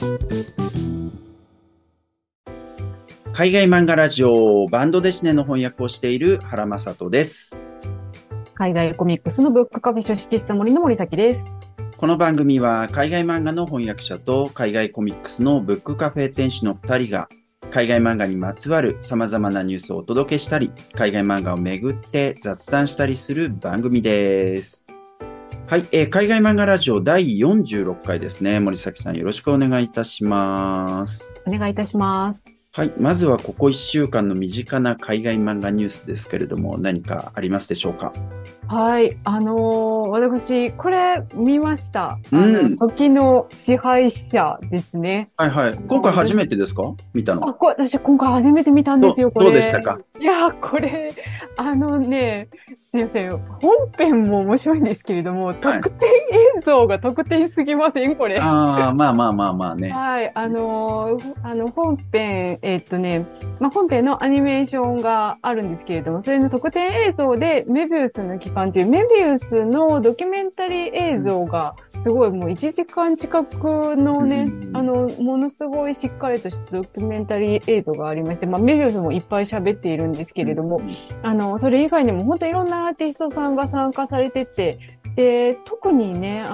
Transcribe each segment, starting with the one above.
海外漫画ラジオバンドデシネの翻訳をしている原正人です。 海外コミックスのブックカフェ書式室森の森崎です。 この番組は海外漫画の翻訳者と海外コミックスのブックカフェ店主の2人が海外漫画にまつわる様々なニュースをお届けしたり、海外漫画をめぐって雑談したりする番組です。はい、海外漫画ラジオ第46回ですね。森崎さんよろしくお願いいたします。 お願いいたします。 はい。まずはここ1週間の身近な海外漫画ニュースですけれども、何かありますでしょうか？ はい。私、これ見ました。時の支配者ですね。 はいはい。今回初めてですか？見たの。 私今回初めて見たんですよ、これ。 どうでしたか？ いや、これ、すいません。本編も面白いんですけれども、特典映像が特典すぎませんこれ。 まあね。 はい。本編、本編のアニメーションがあるんですけれども、それの特典映像で、メビウスの期間っていう、メビウスのドキュメンタリー映像が、すごいもう1時間近くのね、ものすごいしっかりとしたドキュメンタリー映像がありまして、メビウスもいっぱい喋っているんですけれども、それ以外にも本当いろんなアーティストさんが参加されてて、で、特にね、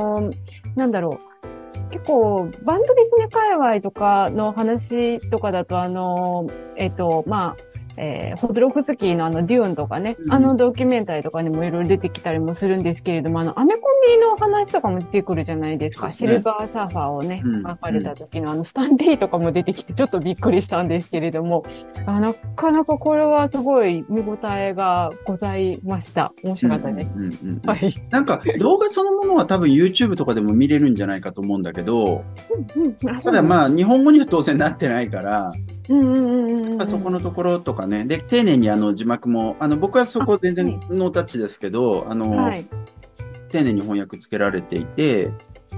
結構、バンドリズネ界隈とかの話とかだと、ホドロフスキーのデューンとかね、ドキュメンタリーとかにもいろいろ出てきたりもするんですけれども、アメコミの話とかも出てくるじゃないですか。シルバーサーファーをね、書かれた時のスタンリーとかも出てきて、ちょっとびっくりしたんですけれども、なかなかこれはすごい見応えがございました。面白かったです。 はい。なんか、動画そのものは多分 YouTube とかでも見れるんじゃないかと思うんだけど、ただ日本語には当然なってないから、そこのところとかね。で、丁寧に字幕も、僕はそこ全然ノータッチですけど、丁寧に翻訳つけられていて、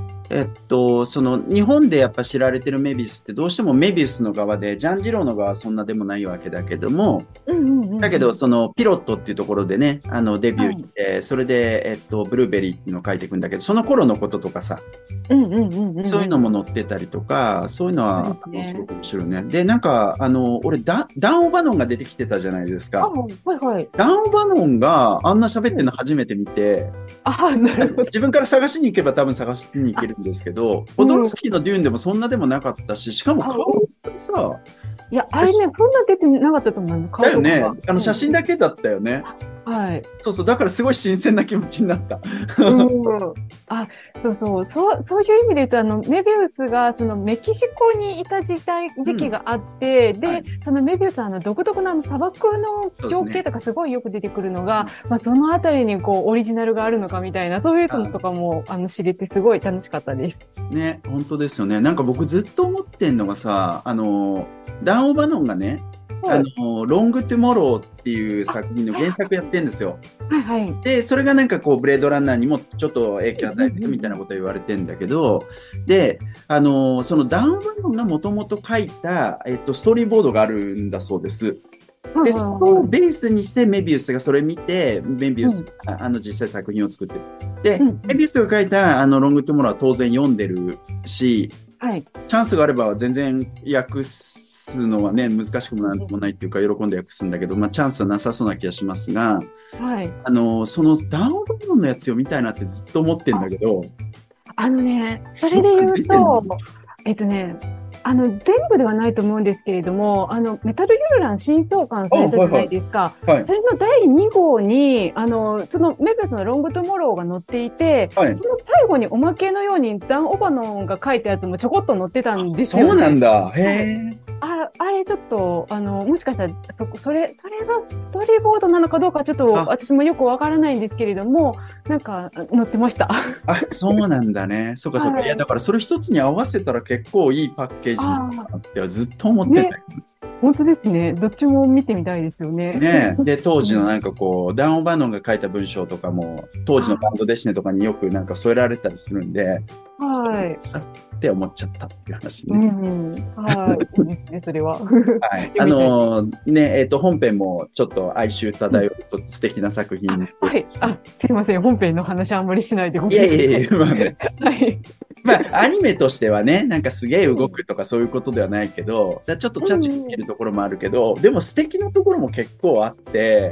日本でやっぱ知られてるメビウスってどうしてもメビウスの側で、ジャン・ジローの側はそんなでもないわけだけども、だけど、ピロットっていうところでね、デビューして、それで、ブルーベリーっていうのを書いていくんだけど、その頃のこととかさ、そういうのも載ってたりとか、そういうのは、すごく面白いね。で、俺、ダン・オバノンが出てきてたじゃないですか。ダン・オバノンがあんな喋ってるの初めて見て、 なるほど。 自分から探しに行けば多分探しに行けるんですけど、ポドルスキーのデューンでもそんなでもなかったし、しかも顔がさ、 いや、あれね、そんな出てなかったと思う。 だよね。写真だけだったよね。 はい。 そう、だからすごい新鮮な気持ちになった。 そういう意味で言うと、メビウスが、メキシコにいた時期があって、で、そのメビウスは、独特な砂漠の情景とかすごいよく出てくるのが、そのあたりにオリジナルがあるのかみたいな、そういうのとかも、知れてすごい楽しかったです。 ね、本当ですよね。なんか僕ずっと思ってんのがさ、ダン・オバノンがね、ロング・トゥモローっていう作品の原作やってんですよ。で、それがブレードランナーにもちょっと影響を与えてるみたいなことを言われてんだけど、で、そのダン・オバノンがもともと書いた、ストーリーボードがあるんだそうです。で、そこをベースにしてメビウスがそれ見て、メビウスが実際作品を作ってる。で、メビウスが書いたロング・トゥモローは当然読んでるし、チャンスがあれば全然訳すのはね、難しくもなんともないっていうか、喜んで訳すんだけど、チャンスはなさそうな気がしますが、そのダウンロードのやつ読みたいなってずっと思ってんだけど。 それで言うと、全部ではないと思うんですけれども、メタルリュウラン新創刊されたじゃないですか。それの第2号に、そのメビウスのロングトゥモローが載っていて、その最後におまけのようにダン・オバノンが書いたやつもちょこっと載ってたんですよね。 そうなんだ。へー。 あれちょっと、もしかしたら、それがストーリーボードなのかどうかちょっと私もよくわからないんですけれども、載ってました。 そうなんだね。そうか。いや、だからそれ一つに合わせたら結構いいパッケージになってずっと思ってた。 本当ですね。どっちも見てみたいですよね。 ね。で、当時のダン・オバノンが書いた文章とかも、当時のバンドデシネとかによく添えられたりするんで、って思っちゃったっていう話ね。 いいですね、それは。 本編もちょっと哀愁漂うと素敵な作品です。 すいません。本編の話あんまりしないでごめんなさい。 いや。 まあ、アニメとしてはね、なんかすげえ動くとかそういうことではないけど、ちょっとチャチつけるところもあるけど、でも素敵なところも結構あって、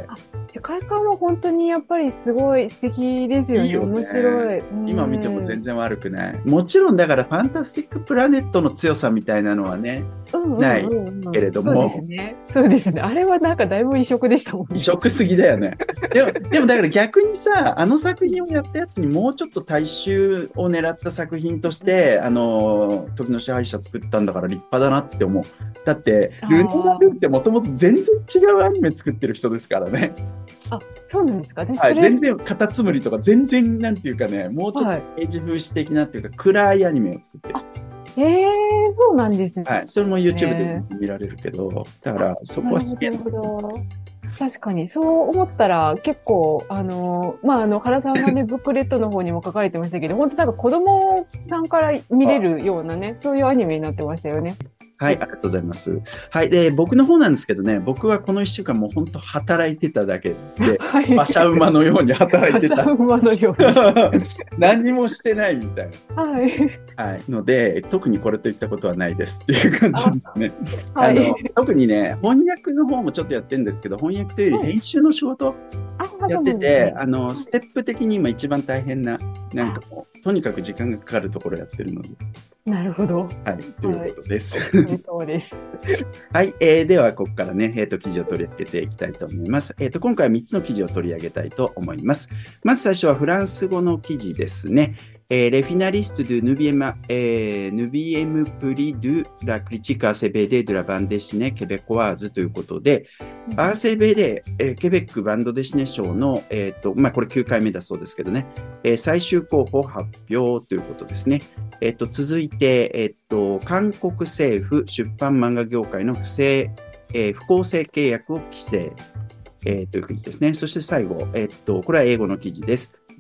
世界観は本当にやっぱりすごい素敵ですよね。いいよね。面白い。 今見ても全然悪くない。もちろんだからファンタスティックプラネットの強さみたいなのはね、ないけれども。 そうですね。そうですね。あれはなんかだいぶ異色でしたもんね。 異色すぎだよね。でもだから逆にさ、あの作品をやったやつにもうちょっと大衆を狙った作品として、時の支配者作ったんだから立派だなって思う。だって、ルナールってもともと全然違うアニメ作ってる人ですからね。 あ、そうなんですか。 はい、全然カタツムリとか全然なんていうかね、もうちょっとページ風刺的なっていうか、暗いアニメを作ってる。 そうなんですね。 はい、それも YouTube で見られるけど、だからそこは好き。 確かに、そう思ったら結構、原さんがね、ブックレットの方にも書かれてましたけど、本当なんか子供さんから見れるようなね、そういうアニメになってましたよね。 はい、ありがとうございます。はい。で、僕の方なんですけどね、僕はこの1週間もう本当働いてただけで、馬車馬のように働いてた。馬車馬のように。何にもしてないみたいな。はい。はい。ので、特にこれといったことはないですっていう感じですね。はい、特にね、翻訳の方もちょっとやってるんですけど、翻訳というより編集の仕事やってて、ステップ的に今一番大変な、なんかもう、とにかく時間がかかるところやってるので。 なるほど。 はい、ということです。 そうです。 はい、では、ここからね、記事を取り上げていきたいと思います。今回は3つの記事を取り上げたいと思います。まず最初はフランス語の記事ですね。Les finalistes du 9e prix de la critique ACBD de la bande dessinée québécoise ということで、ACBD、ケベックバンドデシネ賞の、これ9回目だそうですけどね、最終候補発表ということですね。続いて、韓国政府出版漫画業界の不公正契約を規制、という記事ですね。そして最後、これは英語の記事です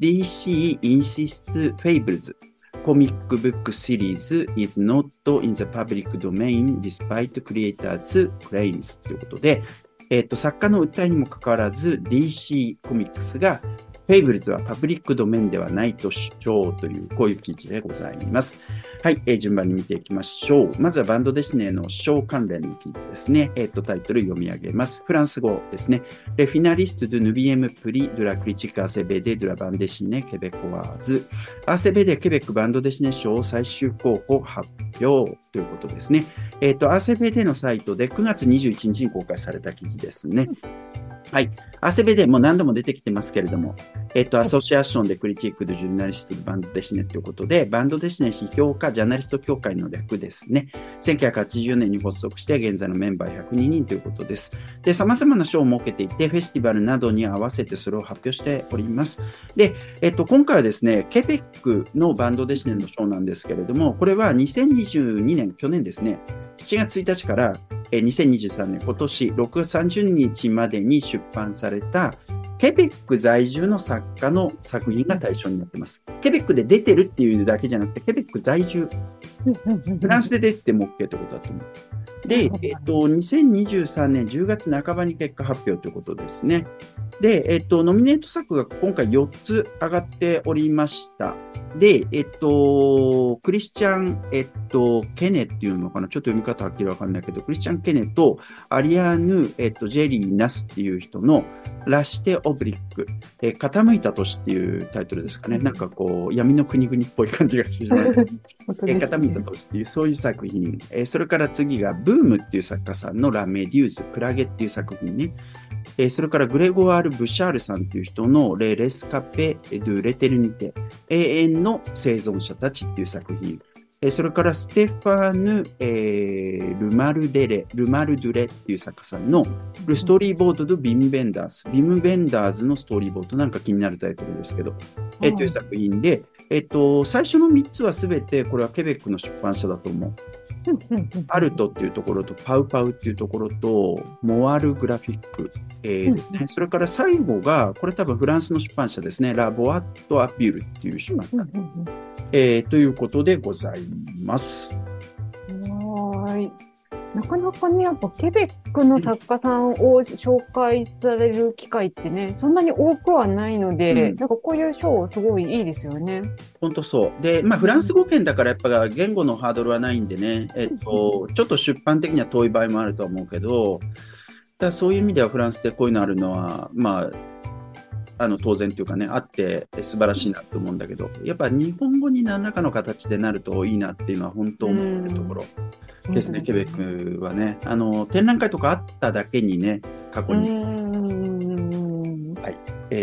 。DC insists Fables comic book series is not in the public domain despite creators' claims ということで、作家の訴えにもかかわらず DC コミックスがFables はパブリックドメインではないと主張という、こういう記事でございます。はい、順番に見ていきましょう。まずはバンドデシネの賞関連の記事ですね。タイトル読み上げます。フランス語ですね。Les finalistes du 9e prix de la critique ACBD de la bande dessinée québécoise。ACBD ケベックバンドデシネ賞最終候補発表ということですね。ACBD のサイトで9月21日に公開された記事ですね。はい。ACBD も何度も出てきてますけれども、アソシアションでクリティック・ド・ジュナリスト・バンド・デシネということで、バンド・デシネ批評家・ジャーナリスト協会の略ですね。1980年に発足して、現在のメンバー102人ということです。で、様々な賞を設けていて、フェスティバルなどに合わせてそれを発表しております。で、今回はですね、ケベックのバンド・デシネの賞なんですけれども、これは2022年、去年ですね、7月1日から2023年、今年6月30日までに出版されたケベック在住の作家の作品が対象になっています。ケベックで出てるっていうだけじゃなくて、ケベック在住。フランスで出ても OK ってことだと思う。で、2023年10月半ばに結果発表ということですね。で、ノミネート作が今回4つ上がっておりました。で、クリスチャン、ケネっていうのかな、ちょっと読み方はっきりわかんないけど、クリスチャン・ケネとアリアーヌ、ジェリー・ナスっていう人のラシテ・オブリック、傾いた都市っていうタイトルですかね。なんかこう、闇の国々っぽい感じがしてしまう。傾いた都市っていう、そういう作品。それから次が、ブームっていう作家さんのラ・メデューズ、クラゲっていう作品ね。それからグレゴワール・ブシャールさんという人のレ・レスカペ・ドゥ・レテルニテ、永遠の生存者たちっていう作品。それからステファーヌ、ルマルドゥレっていう作家さんのストーリーボードとビム・ベンダーズ。ビム・ベンダーズのストーリーボードなんか気になるタイトルですけど、という作品で、最初の3つはすべてこれはケベックの出版社だと思う。アルトっていうところとパウパウっていうところとモアルグラフィック、ですね。それから最後がこれ多分フランスの出版社ですね。ラ・ボアット・アピュールっていう出版社、ということでございます。 はい。 なかなかね、やっぱケベックの作家さんを紹介される機会ってね、そんなに多くはないので、なんかこういう賞すごいいいですよね。 本当そう。で、フランス語圏だからやっぱ言語のハードルはないんでね、ちょっと出版的には遠い場合もあるとは思うけど、だそういう意味ではフランスでこういうのあるのは、当然というかね、あって素晴らしいなと思うんだけど、やっぱ日本語に何らかの形でなるといいなっていうのは本当思ってるところですね、ケベックはね。展覧会とかあっただけにね、過去に。はい。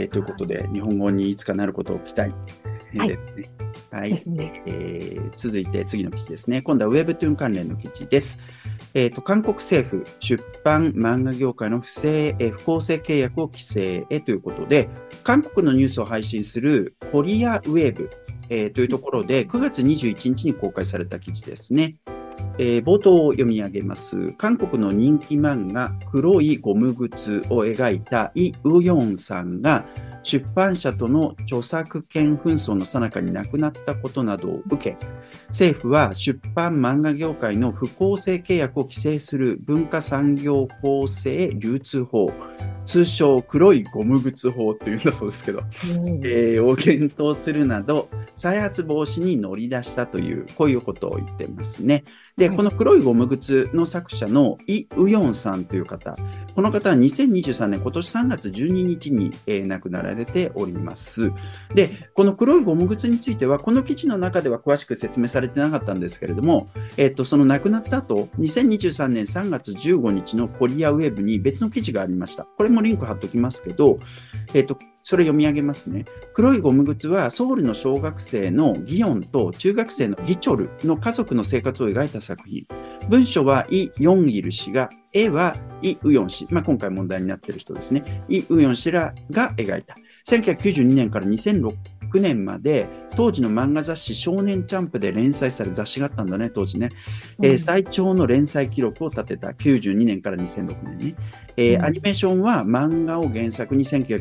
ということで、日本語にいつかなることを期待ですね。はい。続いて次の記事ですね。今度は Webtoon 関連の記事です。韓国政府、出版漫画業界の不公正契約を規制へということで、韓国のニュースを配信するコリアウェーブ、というところで9月21日に公開された記事ですね。冒頭を読み上げます。韓国の人気漫画黒いゴム靴を描いたイ・ウヨンさんが出版社との著作権紛争の最中に亡くなったことなどを受け、政府は出版漫画業界の不公正契約を規制する文化産業公正流通法、通称黒いゴム靴法というんだそうですけど、を検討するなど再発防止に乗り出したという、こういうことを言ってますね。で、この黒いゴム靴の作者のイ・ウヨンさんという方、この方は2023年今年3月12日に亡くなられております。で、この黒いゴム靴については、この記事の中では詳しく説明されてなかったんですけれども、その亡くなった後、2023年3月15日のコリアウェブに別の記事がありました。これもリンク貼っときますけど、それ読み上げますね。黒いゴム靴はソウルの小学生のギヨンと中学生のギチョルの家族の生活を描いた作品。文章はイ・ヨンギル氏が、絵はイ・ウヨン氏。今回問題になっている人ですね。イ・ウヨン氏らが描いた。1992年から2006年まで、当時の漫画雑誌少年チャンプで連載される雑誌があったんだね、当時ね。最長の連載記録を立てた92年から2006年ね。アニメーションは漫画を原作に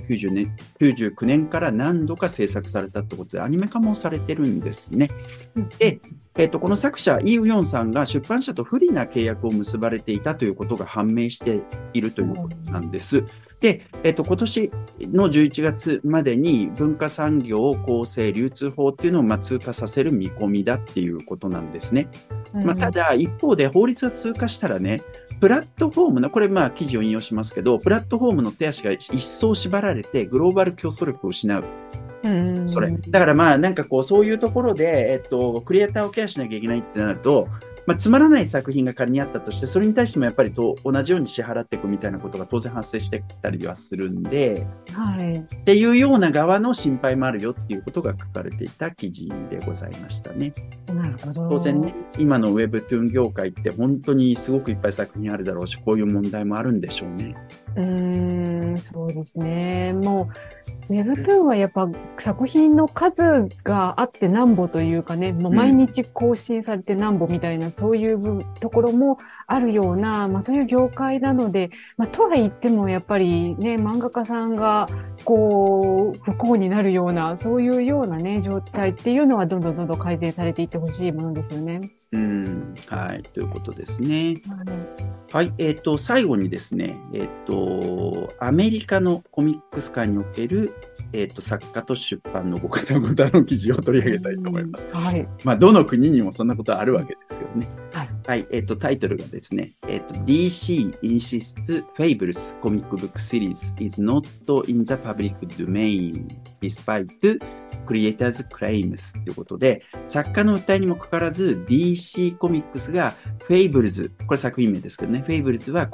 1999年から何度か制作されたってことで、アニメ化もされてるんですね。で、この作者、イ・ウヨンさんが出版社と不利な契約を結ばれていたということが判明しているということなんです。で、今年の11月までに文化産業公正流通法っていうのを通過させる見込みだっていうことなんですね。ただ、一方で法律が通過したらね、プラットフォームの、これ記事を引用しますけど、プラットフォームの手足が一層縛られてグローバル競争力を失う。それ。だからそういうところで、クリエイターをケアしなきゃいけないってなると、つまらない作品が仮にあったとして、それに対してもやっぱり同じように支払っていくみたいなことが当然発生してきたりはするんで、っていうような側の心配もあるよっていうことが書かれていた記事でございましたね。 なるほど。 当然ね、今の Webtoon 業界って本当にすごくいっぱい作品あるだろうし、こういう問題もあるんでしょうね。 そうですね。もう、Webtoon はやっぱ作品の数があってなんぼというかね、もう毎日更新されてなんぼみたいな、そういうところもあるような、そういう業界なので、とは言ってもやっぱりね、漫画家さんが不幸になるような、そういうようなね、状態っていうのはどんどん改善されていってほしいものですよね。 はい、ということですね。はい、最後にですね、アメリカのコミックス界における、作家と出版のご方々の記事を取り上げたいと思います。どの国にもそんなことはあるわけですけどね。はい、タイトルがですね、DC insists Fables comic book series is not in the public domain despite creators claims ということで、作家の訴えにもかかわらず DC コミックスが Fables、これ作品名ですけどね、Fables は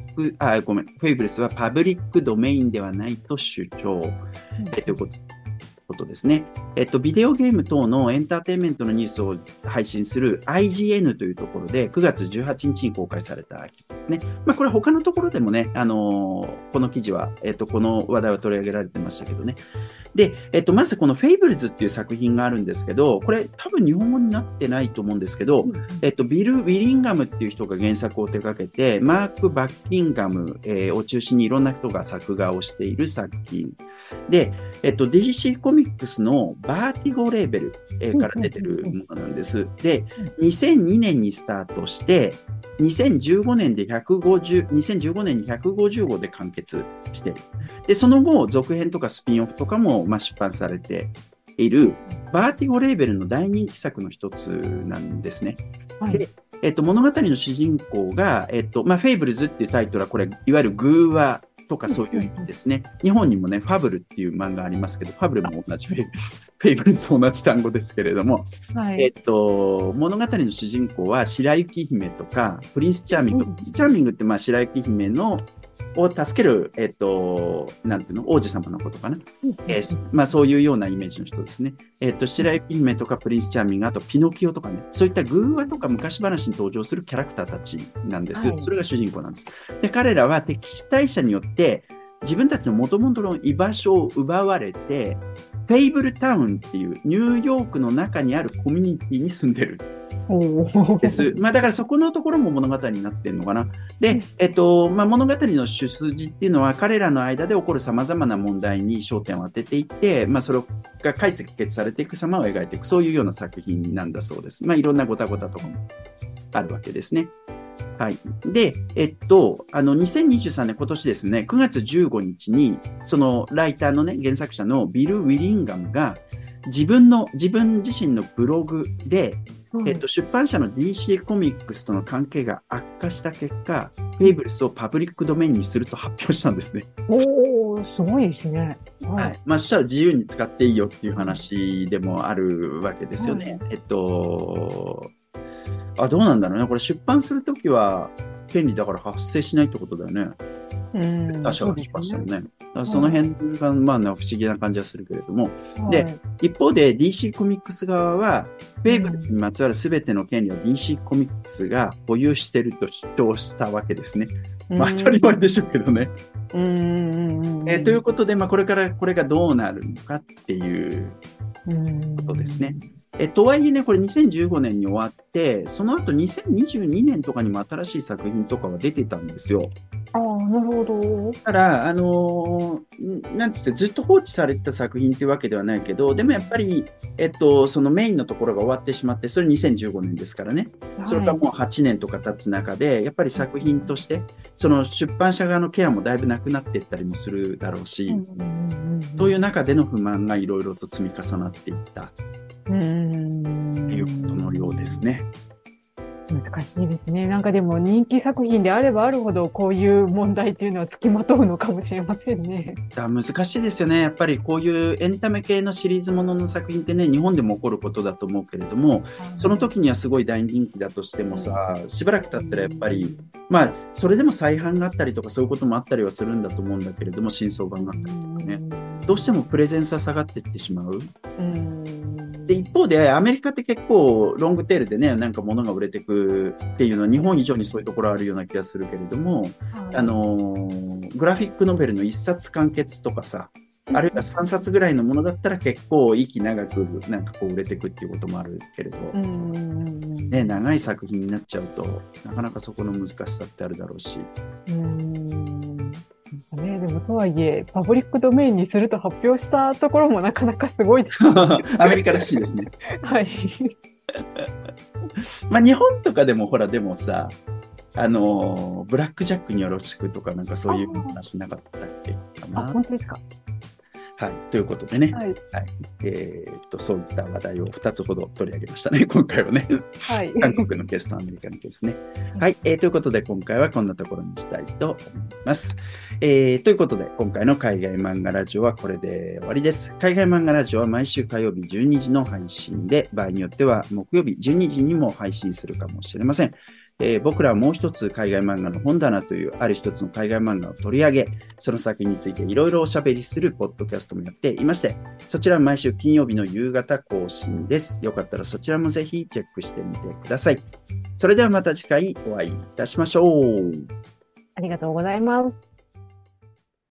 Fables はパブリックドメインではないと主張、ということですね。ビデオゲーム等のエンターテインメントのニュースを配信する IGN というところで9月18日に公開された記事ですね。これ他のところでもね、この記事は、この話題は取り上げられてましたけどね。で、まずこの Fables っていう作品があるんですけど、これ多分日本語になってないと思うんですけど、ビル・ウィリンガムっていう人が原作を手掛けて、マーク・バッキンガム、を中心にいろんな人が作画をしている作品。で、DC コミックスのバーティゴレーベル、から出てるものなんです。で、2002年にスタートして、 2015年で2015年に150号で完結している。で、その後、続編とかスピンオフとかも、出版されている、バーティゴレーベルの大人気作の一つなんですね。はい、で物語の主人公が、フェイブルズっていうタイトルは、これ、いわゆる偶話とかそういう意味ですね。日本にもね、ファブルっていう漫画ありますけど、ファブルも同じフェイブルズと同じ単語ですけれども、はい、物語の主人公は白雪姫とか、プリンスチャーミング。プリンスチャーミングって白雪姫を助ける、なんていうの、王子様のことかな。そういうようなイメージの人ですね。白雪姫とかプリンスチャーミング、あとピノキオとかね、そういった偶話とか昔話に登場するキャラクターたちなんです。はい、それが主人公なんです。で、彼らは敵視大者によって自分たちの元々の居場所を奪われて、フェイブルタウンっていうニューヨークの中にあるコミュニティに住んでる。です。だからそこのところも物語になってるのかな。で、物語の主筋っていうのは彼らの間で起こる様々な問題に焦点を当てていって、それが解決されていく様を描いていく、そういうような作品なんだそうです。いろんなごたごたとかもあるわけですね。はい。で、2023年今年ですね、9月15日に、そのライターのね、原作者のビル・ウィリンガムが、自分自身のブログで、出版社の DC コミックスとの関係が悪化した結果、フェイブルスをパブリックドメインにすると発表したんですね。 おー、すごいですね。 はい。そしたら自由に使っていいよっていう話でもあるわけですよね。はい、どうなんだろうね。これ出版するときは、権利だから発生しないってことだよね。他社が出版したのね。その辺が、不思議な感じはするけれども。はい、で、一方で DC コミックス側は、フェイブルズにまつわる全ての権利を DC コミックスが保有していると主張したわけですね。当たり前でしょうけどね。ということで、これからこれがどうなるのかっていうことですね。とはいえね、これ2015年に終わって、その後2022年とかにも新しい作品とかは出てたんですよ。 ああ、なるほど。 だから、なんつってずっと放置されてた作品っていうわけではないけど、でもやっぱり、そのメインのところが終わってしまって、それ2015年ですからね。はい、それからもう8年とか経つ中で、やっぱり作品として、その出版社側のケアもだいぶなくなっていったりもするだろうし、そういう中での不満がいろいろと積み重なっていった。っていうことのようですね。 難しいですね。でも人気作品であればあるほどこういう問題っていうのはつきまとうのかもしれませんね。 難しいですよね。やっぱりこういうエンタメ系のシリーズものの作品ってね、日本でも起こることだと思うけれども、その時にはすごい大人気だとしてもさ、しばらく経ったらやっぱり、それでも再販があったりとかそういうこともあったりはするんだと思うんだけれども、新装版があったりとかね。どうしてもプレゼンスは下がっていってしまう。で、一方で、アメリカって結構、ロングテールでね、物が売れていくっていうのは、日本以上にそういうところあるような気がするけれども、グラフィックノベルの一冊完結とかさ、あるいは3冊ぐらいのものだったら結構息長く売れていくっていうこともあるけれど、ね、長い作品になっちゃうと、なかなかそこの難しさってあるだろうし。 でもとはいえ、パブリックドメインにすると発表したところもなかなかすごいです。 アメリカらしいですね。 はい。 日本とかでもでもさ、ブラックジャックによろしくとかそういう話なかったっけかな。 本当ですか。 はい。ということでね。はい。そういった話題を2つほど取り上げましたね。今回はね。はい。韓国のケースとアメリカのケースね。はい。ということで、今回はこんなところにしたいと思います。ということで、今回の海外漫画ラジオはこれで終わりです。海外漫画ラジオは毎週火曜日12時の配信で、場合によっては木曜日12時にも配信するかもしれません。僕らはもう一つ海外漫画の本棚というある一つの海外漫画を取り上げ、その作品についていろいろおしゃべりするポッドキャストもやっていまして、そちらは毎週金曜日の夕方更新です。よかったらそちらもぜひチェックしてみてください。それではまた次回お会いいたしましょう。 ありがとうございます。